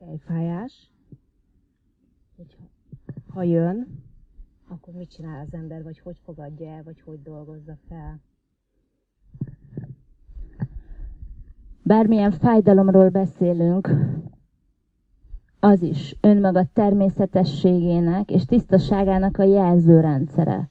fejfájás, ha jön, akkor mit csinál az ember, vagy hogy fogadja el, vagy hogy dolgozza fel. Bármilyen fájdalomról beszélünk, az is önmaga természetességének és tisztaságának a jelzőrendszere.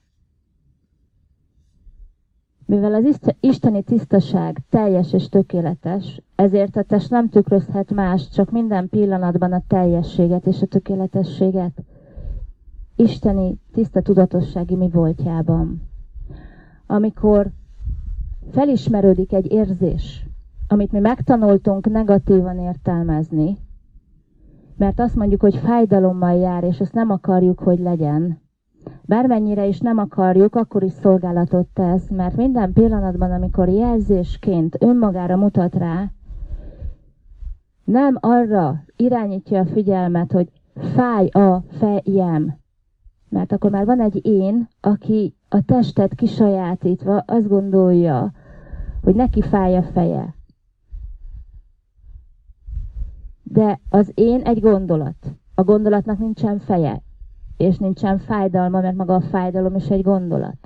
Mivel az isteni tisztaság teljes és tökéletes, ezért a test nem tükrözhet más, csak minden pillanatban a teljességet és a tökéletességet isteni tiszta tudatossági mi voltjában. Amikor felismerődik egy érzés, amit mi megtanultunk negatívan értelmezni, mert azt mondjuk, hogy fájdalommal jár, és ezt nem akarjuk, hogy legyen. Bármennyire is nem akarjuk, akkor is szolgálatot tesz, mert minden pillanatban, amikor jelzésként önmagára mutat rá, nem arra irányítja a figyelmet, hogy fáj a fejem. Mert akkor már van egy én, aki a testet kisajátítva azt gondolja, hogy neki fáj a feje. De az én egy gondolat. A gondolatnak nincsen feje, és nincsen fájdalma, mert maga a fájdalom is egy gondolat.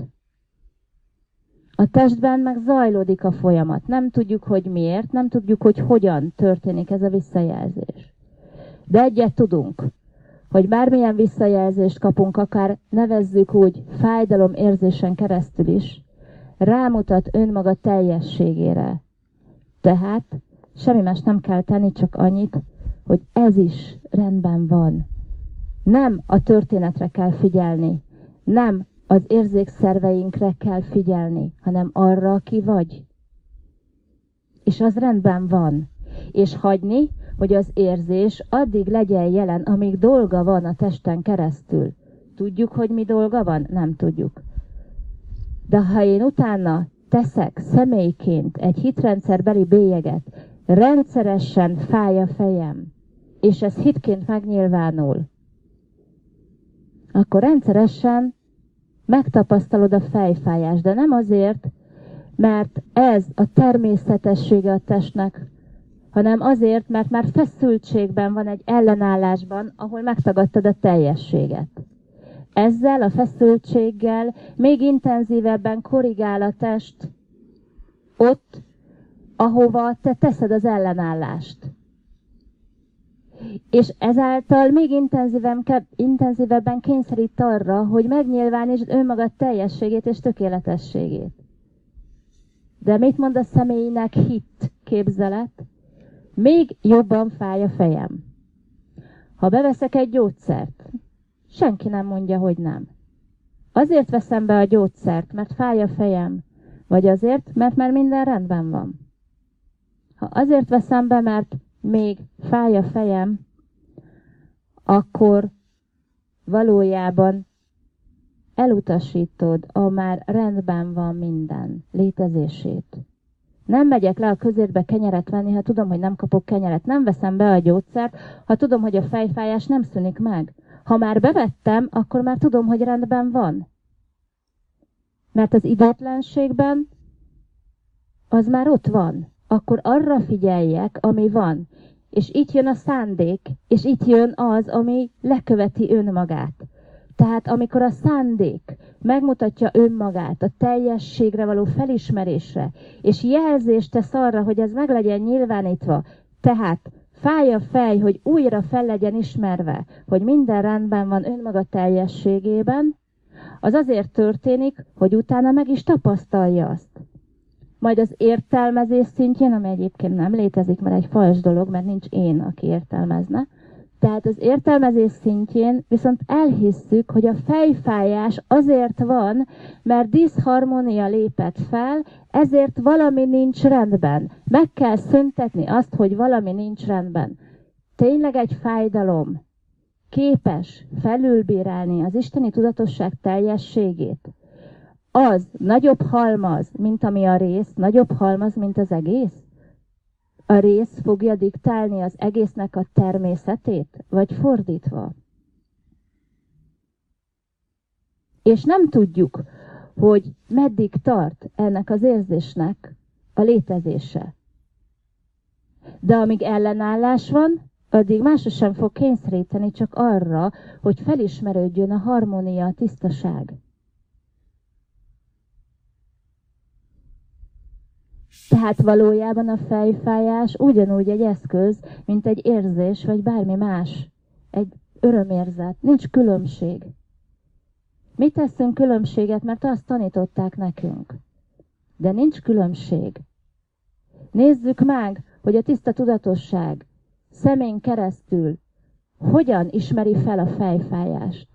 A testben meg zajlódik a folyamat. Nem tudjuk, hogy miért, nem tudjuk, hogy hogyan történik ez a visszajelzés. De egyet tudunk, hogy bármilyen visszajelzést kapunk, akár nevezzük úgy fájdalom érzésen keresztül is, rámutat önmaga teljességére. Tehát semmi más nem kell tenni, csak annyit, hogy ez is rendben van. Nem a történetre kell figyelni, nem az érzékszerveinkre kell figyelni, hanem arra, aki vagy. És az rendben van. És hagyni, hogy az érzés addig legyen jelen, amíg dolga van a testen keresztül. Tudjuk, hogy mi dolga van? Nem tudjuk. De ha én utána teszek személyként egy hitrendszerbeli bélyeget, rendszeresen fáj a fejem, és ez hitként megnyilvánul, akkor rendszeresen megtapasztalod a fejfájást, de nem azért, mert ez a természetessége a testnek, hanem azért, mert már feszültségben van, egy ellenállásban, ahol megtagadtad a teljességet. Ezzel a feszültséggel még intenzívebben korrigál a test ott, ahova te teszed az ellenállást. És ezáltal még intenzívebben kényszerít arra, hogy megnyilvánítsd önmagad teljességét és tökéletességét. De mit mond a személynek hit képzelet? Még jobban fáj a fejem. Ha beveszek egy gyógyszert, senki nem mondja, hogy nem. Azért veszem be a gyógyszert, mert fáj a fejem, vagy azért, mert már minden rendben van. Ha azért veszem be, mert még fáj a fejem, akkor valójában elutasítod a már rendben van minden létezését. Nem megyek le a közértbe kenyeret venni, ha tudom, hogy nem kapok kenyeret. Nem veszem be a gyógyszert, ha tudom, hogy a fejfájás nem szűnik meg. Ha már bevettem, akkor már tudom, hogy rendben van. Mert az időtlenségben az már ott van. Akkor arra figyeljek, ami van. És itt jön a szándék, és itt jön az, ami leköveti önmagát. Tehát amikor a szándék megmutatja önmagát a teljességre való felismerésre, és jelzést tesz arra, hogy ez meg legyen nyilvánítva, tehát fáj a fej, hogy újra fel legyen ismerve, hogy minden rendben van önmaga teljességében, az azért történik, hogy utána meg is tapasztalja azt. Majd az értelmezés szintjén, ami egyébként nem létezik, mert egy fals dolog, mert nincs én, aki értelmezne, tehát az értelmezés szintjén viszont elhisszük, hogy a fejfájás azért van, mert diszharmónia lépett fel, ezért valami nincs rendben. Meg kell szüntetni azt, hogy valami nincs rendben. Tényleg egy fájdalom képes felülbírálni az isteni tudatosság teljességét. Az nagyobb halmaz, mint ami a rész, nagyobb halmaz, mint az egész? A rész fogja diktálni az egésznek a természetét, vagy fordítva? És nem tudjuk, hogy meddig tart ennek az érzésnek a létezése. De amíg ellenállás van, addig másra sem fog kényszeríteni, csak arra, hogy felismerődjön a harmónia, a tisztaság. Tehát valójában a fejfájás ugyanúgy egy eszköz, mint egy érzés, vagy bármi más. Egy örömérzet. Nincs különbség. Mi teszünk különbséget, mert azt tanították nekünk. De nincs különbség. Nézzük meg, hogy a tiszta tudatosság szemén keresztül hogyan ismeri fel a fejfájást.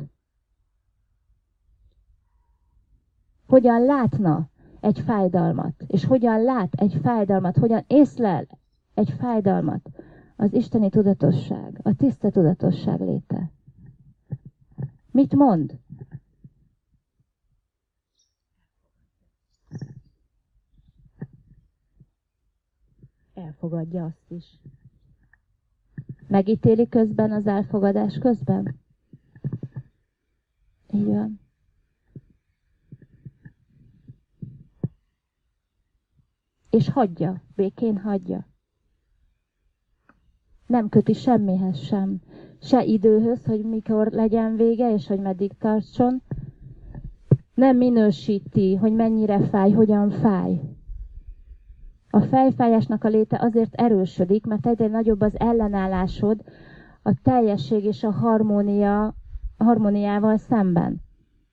Hogyan látna egy fájdalmat, és hogyan lát egy fájdalmat, hogyan észlel egy fájdalmat. Az isteni tudatosság, a tiszta tudatosság léte. Mit mond? Elfogadja azt is. Megítéli közben az elfogadás közben? Így van. És hagyja, békén hagyja. Nem köti semmihez sem. Se időhöz, hogy mikor legyen vége, és hogy meddig tartson. Nem minősíti, hogy mennyire fáj, hogyan fáj. A fejfájásnak a léte azért erősödik, mert egyre nagyobb az ellenállásod a teljesség és a harmóniával szemben.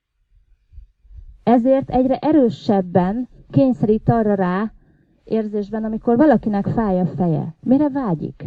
Ezért egyre erősebben kényszerít arra rá érzésben, amikor valakinek fáj a feje. Mire vágyik?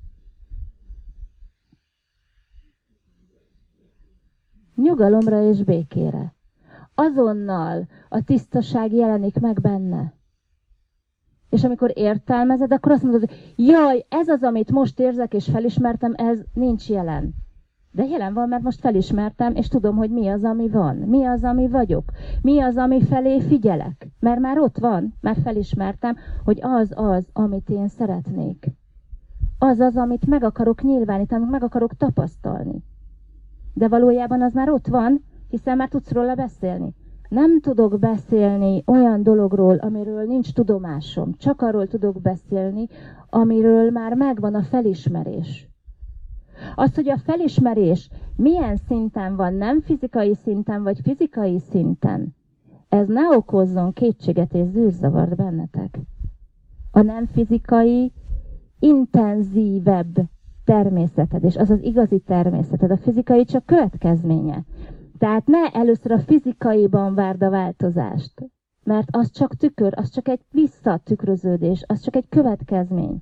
Nyugalomra és békére. Azonnal a tisztaság jelenik meg benne. És amikor értelmezed, akkor azt mondod, hogy jaj, ez az, amit most érzek és felismertem, ez nincs jelen. De jelen van, mert most felismertem, és tudom, hogy mi az, ami van. Mi az, ami vagyok. Mi az, ami felé figyelek. Mert már ott van, már felismertem, hogy az, amit én szeretnék. Az, amit meg akarok nyilvánítani, amit meg akarok tapasztalni. De valójában az már ott van, hiszen már tudsz róla beszélni. Nem tudok beszélni olyan dologról, amiről nincs tudomásom. Csak arról tudok beszélni, amiről már megvan a felismerés. Az, hogy a felismerés milyen szinten van, nem fizikai szinten, vagy fizikai szinten, ez ne okozzon kétséget és zűrzavart bennetek. A nem fizikai, intenzívebb természeted, és az az igazi természeted, a fizikai csak következménye. Tehát ne először a fizikaiban várd a változást, mert az csak tükör, az csak egy visszatükröződés, az csak egy következmény.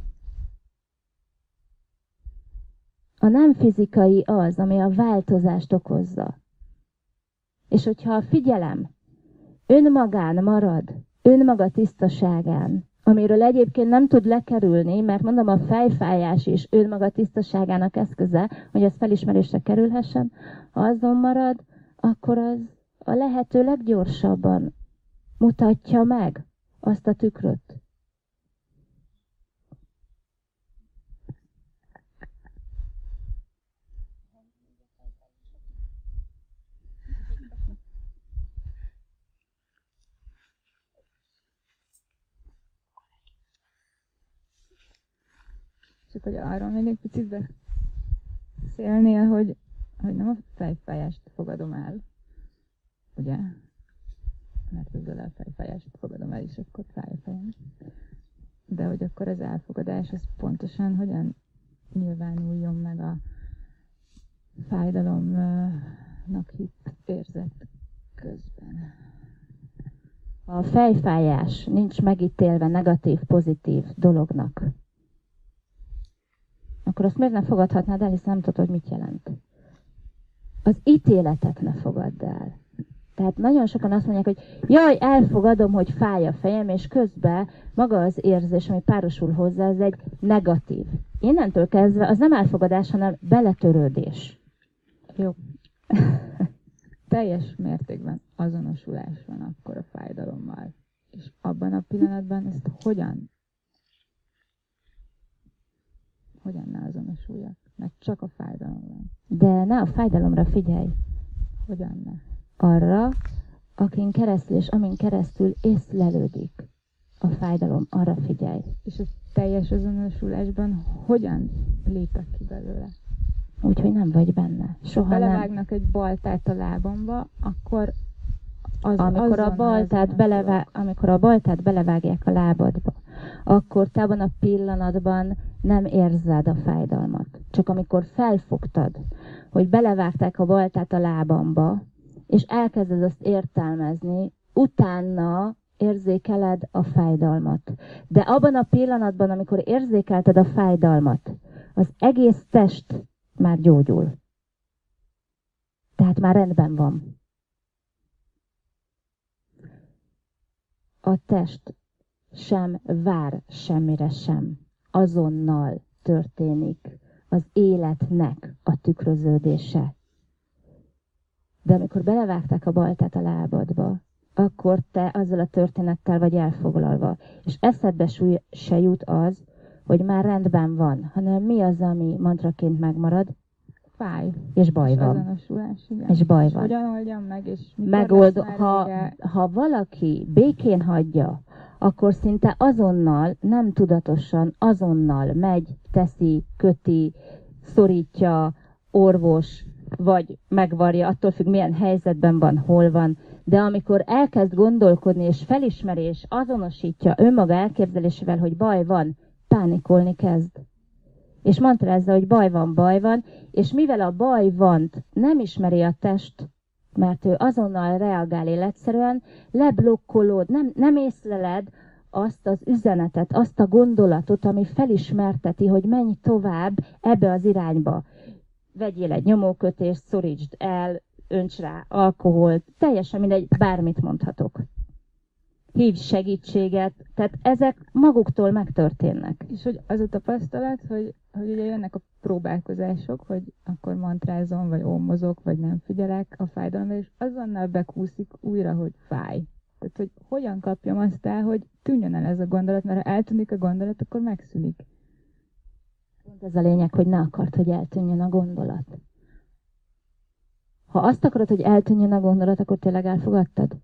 A nem fizikai az, ami a változást okozza. És hogyha a figyelem önmagán marad, önmaga tisztaságán, amiről egyébként nem tud lekerülni, mert mondom, a fejfájás is önmaga tisztaságának eszköze, hogy az felismerésre kerülhessen, ha azon marad, akkor az a lehető leggyorsabban mutatja meg azt a tükröt. Csak hogy arról még egy picit beszélnél, hogy nem a fejfájást fogadom el, ugye? Mert ezzel a fejfájást fogadom el, és akkor fáj a fejem. De hogy akkor az elfogadás, az pontosan hogyan nyilvánuljon meg a fájdalomnak hitt érzet közben. Ha a fejfájás nincs megítélve negatív, pozitív dolognak, akkor azt miért nem fogadhatnád el, hiszen nem tudod, hogy mit jelent. Az ítéletet ne fogadd el. Tehát nagyon sokan azt mondják, hogy jaj, elfogadom, hogy fáj a fejem, és közben maga az érzés, ami párosul hozzá, az egy negatív. Innentől kezdve az nem elfogadás, hanem beletörődés. Jó. Teljes mértékben azonosulás van akkor a fájdalommal. És abban a pillanatban ezt hogyan ne azonosuljak? Mert csak a fájdalom van. De ne a fájdalomra figyelj. Hogyan ne? Arra, akin keresztül és amin keresztül észlelődik a fájdalom, arra figyelj. És a teljes azonosulásban hogyan lépek ki belőle. Úgyhogy nem vagy benne. Soha nem. Belevágnak egy baltát a lábamba, akkor Amikor a baltát belevágják a lábadba, akkor te abban a pillanatban nem érzed a fájdalmat. Csak amikor felfogtad, hogy belevágták a baltát a lábamba, és elkezded azt értelmezni, utána érzékeled a fájdalmat. De abban a pillanatban, amikor érzékelted a fájdalmat, az egész test már gyógyul. Tehát már rendben van. A test sem vár semmire sem. Azonnal történik az életnek a tükröződése. De amikor belevágták a baltát a lábadba, akkor te azzal a történettel vagy elfoglalva. És eszedbe se jut az, hogy már rendben van, hanem mi az, ami mantraként megmarad? Fáj. És baj és van. azonosulás, igen. És baj van. Hogyan oldjam meg, és mikor lesz már vége? Ha valaki békén hagyja, akkor szinte azonnal, nem tudatosan, azonnal megy, teszi, köti, szorítja, orvos, vagy megvarja, attól függ, milyen helyzetben van, hol van. De amikor elkezd gondolkodni, és felismeri, és azonosítja önmaga elképzelésével, hogy baj van, pánikolni kezd. És mantrázza, hogy baj van, és mivel a baj van, nem ismeri a test, mert ő azonnal reagál életszerűen, leblokkolód, nem észleled azt az üzenetet, azt a gondolatot, ami felismerteti, hogy menj tovább ebbe az irányba. Vegyél egy nyomókötést, szorítsd el, önts rá alkoholt, teljesen mindegy, bármit mondhatok. Hívj segítséget, tehát ezek maguktól megtörténnek. És hogy az a tapasztalat, hogy ugye jönnek a próbálkozások, hogy akkor mantrázom, vagy ómozok, vagy nem figyelek a fájdalomra, és azonnal bekúszik újra, hogy fáj. Tehát, hogy hogyan kapjam azt el, hogy tűnjön el ez a gondolat, mert ha eltűnik a gondolat, akkor megszűnik. Pont ez a lényeg, hogy ne akart, hogy eltűnjön a gondolat. Ha azt akarod, hogy eltűnjön a gondolat, akkor tényleg elfogadtad?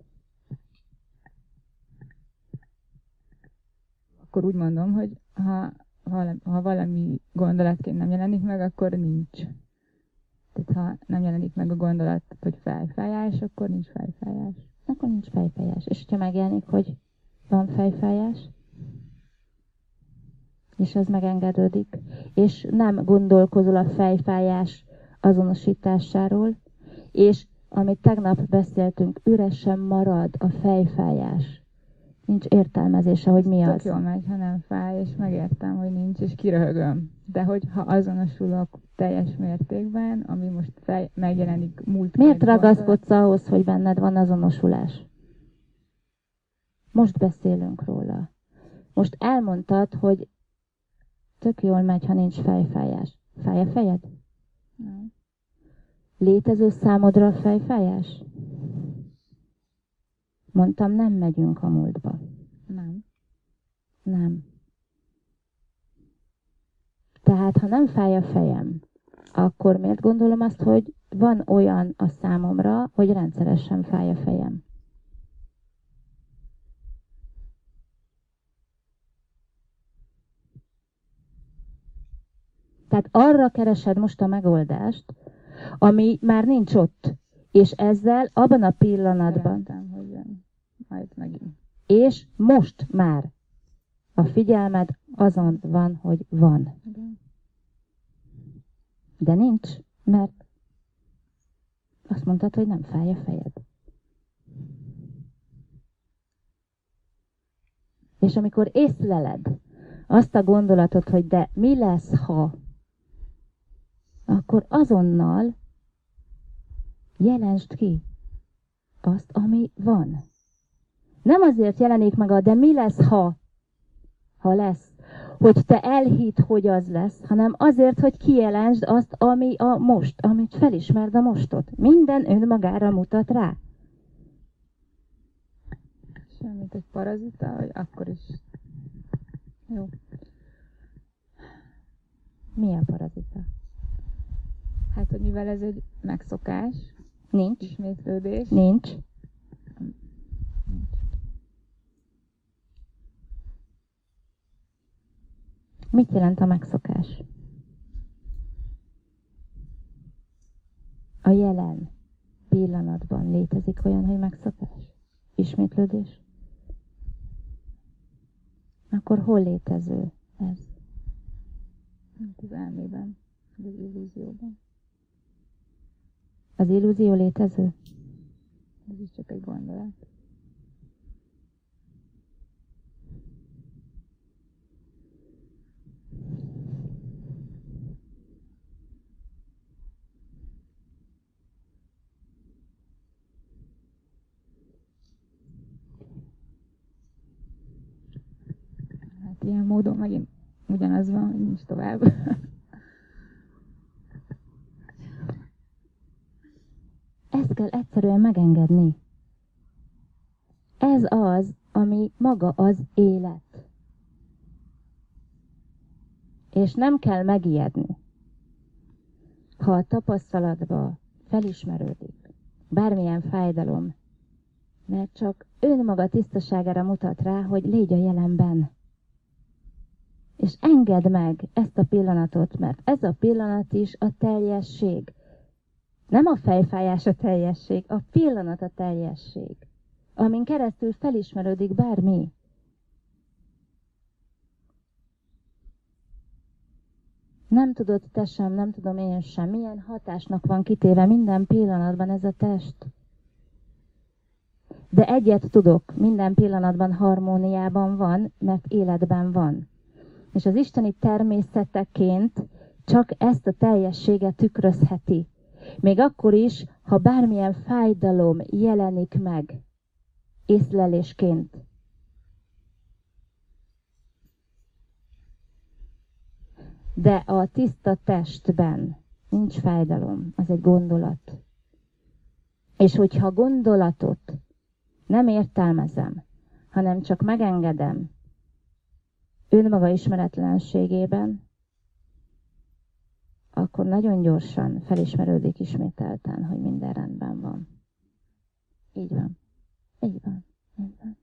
Akkor úgy mondom, hogy ha valami gondolatként nem jelenik meg, akkor nincs. Tehát ha nem jelenik meg a gondolat, hogy fejfájás, akkor nincs fejfájás. Akkor nincs fejfájás. És ha megjelenik, hogy van fejfájás, és ez megengedődik, és nem gondolkozol a fejfájás azonosításáról, és amit tegnap beszéltünk, üresen marad a fejfájás. Nincs értelmezése, hogy mi az. Tök jól megy, ha nem fáj, és megértem, hogy nincs, és kiröhögöm. De hogyha azonosulok teljes mértékben, ami most megjelenik múlt. Miért ragaszkodsz ahhoz, hogy benned van azonosulás? Most beszélünk róla. Most elmondtad, hogy tök jól megy, ha nincs fejfájás. Fáj a fejed? Nem. Létező számodra a fejfájás? Mondtam, nem megyünk a múltba. Nem. Nem. Tehát, ha nem fáj a fejem, akkor miért gondolom azt, hogy van olyan a számomra, hogy rendszeresen fáj a fejem? Tehát arra keresed most a megoldást, ami már nincs ott. És ezzel abban a pillanatban... Szeretem, hogy jön. Majd megint. És most már a figyelmed azon van, hogy van. Igen. De nincs, mert azt mondtad, hogy nem fáj a fejed. És amikor észleled azt a gondolatot, hogy de mi lesz, ha, akkor azonnal jelensd ki azt, ami van. Nem azért jelenik meg a de mi lesz, ha lesz, hogy te elhidd, hogy az lesz, hanem azért, hogy kijelensd azt, ami a most, amit felismerd a mostot. Minden önmagára mutat rá. Semmit egy parazita, hogy akkor is. Jó. Mi a parazita? Hát, hogy mivel ez egy megszokás, Nincs. ismétlődés. Nincs. Mit jelent a megszokás? A jelen pillanatban létezik olyan, hogy megszokás? Ismétlődés? Akkor hol létező ez? Az elmében, az illúzióban. Az illúzió létező? Ez is csak egy gondolat. Hát ilyen módon megint ugyanaz van, hogy nincs tovább. Ezt kell egyszerűen megengedni. Ez az, ami maga az élet. És nem kell megijedni. Ha a tapasztalatba felismerődik bármilyen fájdalom, mert csak önmaga tisztaságára mutat rá, hogy légy a jelenben. És engedd meg ezt a pillanatot, mert ez a pillanat is a teljesség. Nem a fejfájás a teljesség, a pillanat a teljesség, amin keresztül felismerődik bármi. Nem tudod te sem, nem tudom én sem, milyen hatásnak van kitéve minden pillanatban ez a test. De egyet tudok, minden pillanatban harmóniában van, mert életben van. És az isteni természeteként csak ezt a teljességet tükrözheti. Még akkor is, ha bármilyen fájdalom jelenik meg észlelésként. De a tiszta testben nincs fájdalom, az egy gondolat. És hogyha gondolatot nem értelmezem, hanem csak megengedem önmaga ismeretlenségében, akkor nagyon gyorsan felismerődik ismételten, hogy minden rendben van. Így van. Így van. Így van.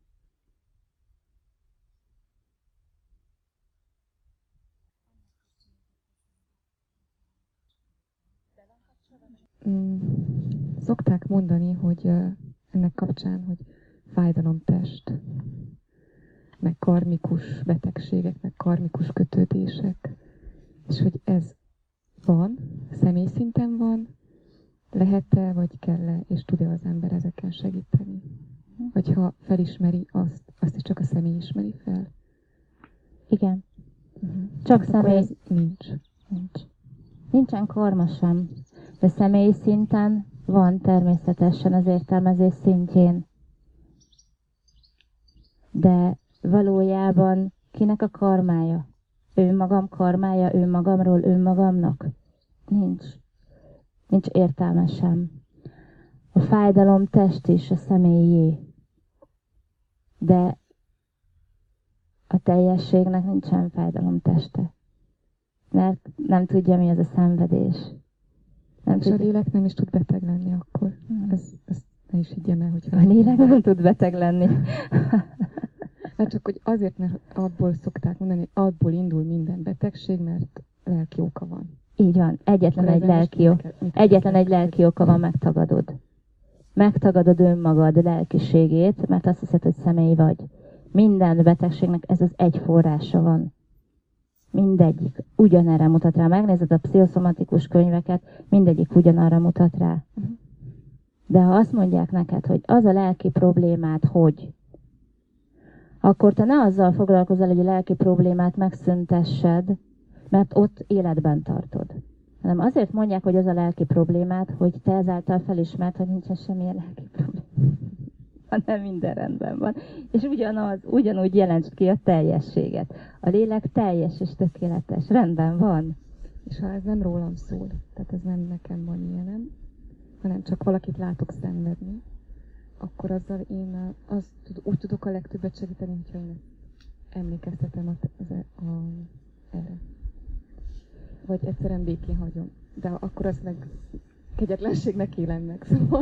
Szokták mondani, hogy ennek kapcsán, hogy fájdalomtest, meg karmikus betegségek, meg karmikus kötődések, és hogy ez van, személy szinten van, lehet-e, vagy kell-e, és tud-e az ember ezeken segíteni? Vagy ha felismeri azt is csak a személy ismeri fel? Igen. Csak akkor személy... ez nincs. Nincsen karma sem, de személyi szinten van természetesen az értelmezés szintjén. De valójában kinek a karmája? Önmagam karmája, önmagamról, önmagamnak? Nincs. Nincs értelme sem. A fájdalom test is a személyé. De a teljességnek nincsen fájdalom teste. Mert nem tudja, mi az a szenvedés. És a lélek nem is tud beteg lenni akkor. Ezt ne is higgyem el, hogyha... A lélek nem tud beteg lenni. Hát csak hogy azért, mert abból szokták mondani, hogy abból indul minden betegség, mert lelki oka van. Így van. Egyetlen egy lelki oka van, megtagadod. Megtagadod önmagad lelkiségét, mert azt hiszed, hogy személy vagy. Minden betegségnek ez az egy forrása van. Mindegyik ugyanerre mutat rá. Megnézed a pszichoszomatikus könyveket, mindegyik ugyanarra mutat rá. De ha azt mondják neked, hogy az a lelki problémád, hogy, akkor te ne azzal foglalkozol, hogy a lelki problémát megszüntessed, mert ott életben tartod. Hanem azért mondják, hogy az a lelki problémád, hogy te ezáltal felismerd, hogy nincsen semmilyen lelki probléma. Hanem minden rendben van. És ugyanúgy jelentsd ki a teljességet. A lélek teljes és tökéletes. Rendben van. És ha ez nem rólam szól, tehát ez nem nekem van ilyenem, hanem csak valakit látok szenvedni, akkor azzal én úgy tudok a legtöbbet segíteni, hogyha én emlékeztetem erre. Vagy egyszerűen békén hagyom. De akkor az meg kegyetlenségnek élem meg, szóval...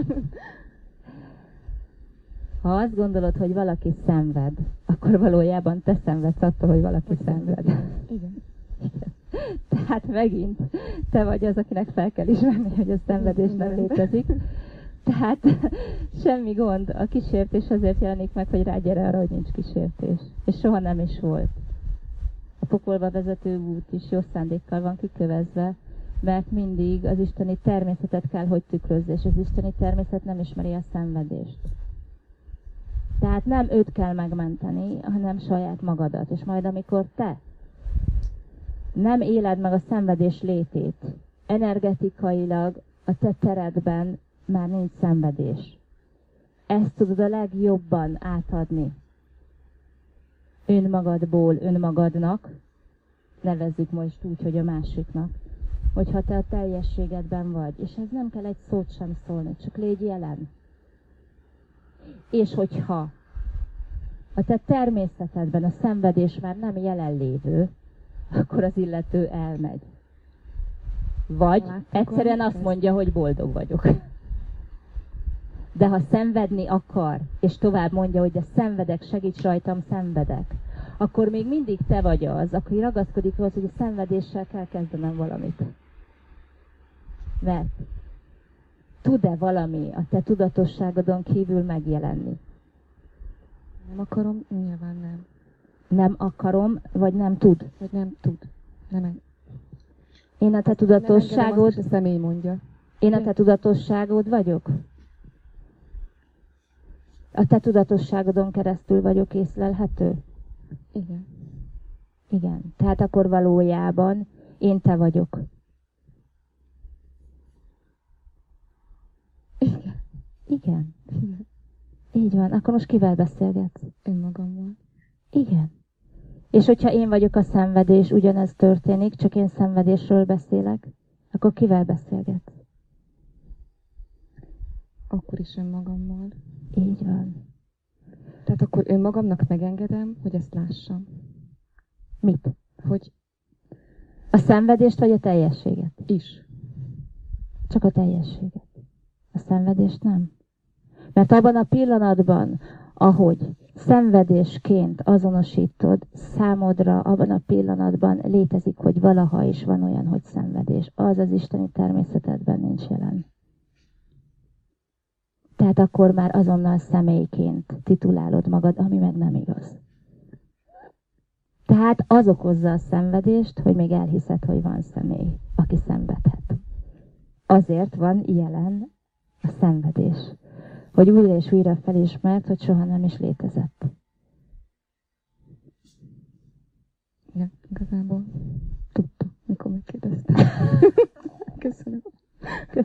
Ha azt gondolod, hogy valaki szenved, akkor valójában te szenvedsz attól, hogy valaki szenved. Igen. Tehát megint te vagy az, akinek fel kell ismerni, hogy a szenvedés nem létezik. Tehát semmi gond, a kísértés azért jelenik meg, hogy rágyere arra, hogy nincs kísértés. És soha nem is volt. A pokolba vezető út is jó szándékkal van kikövezve, mert mindig az isteni természetet kell, hogy tükrözze, és az isteni természet nem ismeri a szenvedést. Tehát nem őt kell megmenteni, hanem saját magadat. És majd amikor te nem éled meg a szenvedés létét, energetikailag a te teredben már nincs szenvedés. Ezt tudod a legjobban átadni önmagadból önmagadnak, nevezzük most úgy, hogy a másiknak, hogyha te a teljességedben vagy. És ez nem kell egy szót sem szólni, csak légy jelen. És hogyha a te természetedben a szenvedés már nem jelenlévő, akkor az illető elmegy. Vagy egyszerűen azt mondja, hogy boldog vagyok. De ha szenvedni akar, és tovább mondja, hogy de szenvedek, segíts rajtam, szenvedek, akkor még mindig te vagy az, aki ragaszkodik hozzá, hogy a szenvedéssel kell kezdenem valamit. Mert tud-e valami a te tudatosságodon kívül megjelenni? Nem akarom, nyilván nem. Nem akarom, vagy nem tud? Vagy nem tud. Nem. Én a te tudatosságod... Nem a személy mondja. Én a te tudatosságod vagyok? A te tudatosságodon keresztül vagyok észlelhető? Igen. Igen. Tehát akkor valójában én te vagyok. Igen. Igen. Így van. Akkor most kivel beszélgetsz? Önmagammal. Igen. És hogyha én vagyok a szenvedés, ugyanez történik, csak én szenvedésről beszélek, akkor kivel beszélgetsz? Akkor is önmagammal. Így van. Tehát akkor önmagamnak megengedem, hogy ezt lássam. Mit? Hogy A szenvedést vagy a teljességet? is. Csak a teljességet. A szenvedést nem. Mert abban a pillanatban, ahogy szenvedésként azonosítod, számodra abban a pillanatban létezik, hogy valaha is van olyan, hogy szenvedés. Az az isteni természetedben nincs jelen. Tehát akkor már azonnal személyként titulálod magad, ami meg nem igaz. Tehát az okozza a szenvedést, hogy még elhiszed, hogy van személy, aki szenvedhet. Azért van jelen a szenvedés, hogy újra és újra felismert, hogy soha nem is létezett. Igen, igazából tudtam, mikor megkérdeztem. Köszönöm.